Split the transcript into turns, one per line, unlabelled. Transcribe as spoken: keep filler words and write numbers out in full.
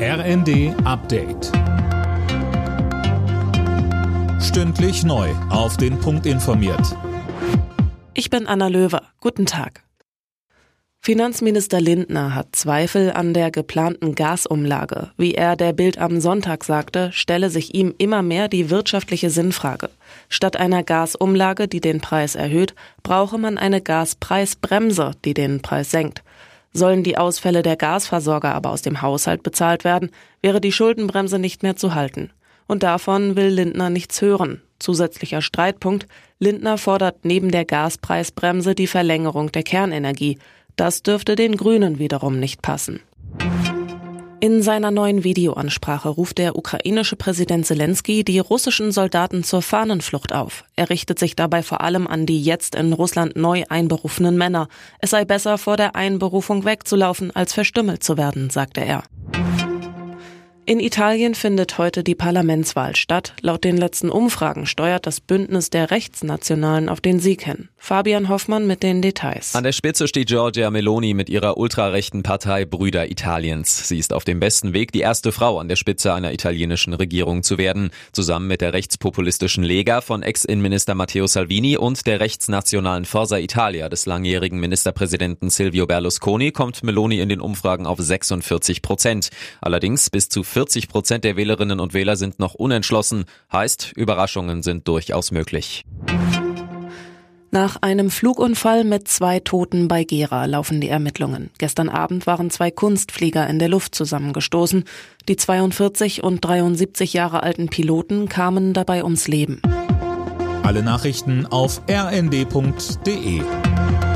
R N D Update. Stündlich neu auf den Punkt informiert.
Ich bin Anna Löwer. Guten Tag. Finanzminister Lindner hat Zweifel an der geplanten Gasumlage. Wie er der Bild am Sonntag sagte, stelle sich ihm immer mehr die wirtschaftliche Sinnfrage. Statt einer Gasumlage, die den Preis erhöht, brauche man eine Gaspreisbremse, die den Preis senkt. Sollen die Ausfälle der Gasversorger aber aus dem Haushalt bezahlt werden, wäre die Schuldenbremse nicht mehr zu halten. Und davon will Lindner nichts hören. Zusätzlicher Streitpunkt: Lindner fordert neben der Gaspreisbremse die Verlängerung der Kernenergie. Das dürfte den Grünen wiederum nicht passen. In seiner neuen Videoansprache ruft der ukrainische Präsident Selenskyj die russischen Soldaten zur Fahnenflucht auf. Er richtet sich dabei vor allem an die jetzt in Russland neu einberufenen Männer. Es sei besser, vor der Einberufung wegzulaufen, als verstümmelt zu werden, sagte er. In Italien findet heute die Parlamentswahl statt. Laut den letzten Umfragen steuert das Bündnis der Rechtsnationalen auf den Sieg hin. Fabian Hoffmann mit den Details.
An der Spitze steht Giorgia Meloni mit ihrer ultrarechten Partei Brüder Italiens. Sie ist auf dem besten Weg, die erste Frau an der Spitze einer italienischen Regierung zu werden. Zusammen mit der rechtspopulistischen Lega von Ex-Innenminister Matteo Salvini und der rechtsnationalen Forza Italia des langjährigen Ministerpräsidenten Silvio Berlusconi kommt Meloni in den Umfragen auf sechsundvierzig Prozent. Allerdings bis zu vierzig Prozent der Wählerinnen und Wähler sind noch unentschlossen. Heißt, Überraschungen sind durchaus möglich.
Nach einem Flugunfall mit zwei Toten bei Gera laufen die Ermittlungen. Gestern Abend waren zwei Kunstflieger in der Luft zusammengestoßen. Die zweiundvierzig und dreiundsiebzig Jahre alten Piloten kamen dabei ums Leben.
Alle Nachrichten auf r n d punkt d e.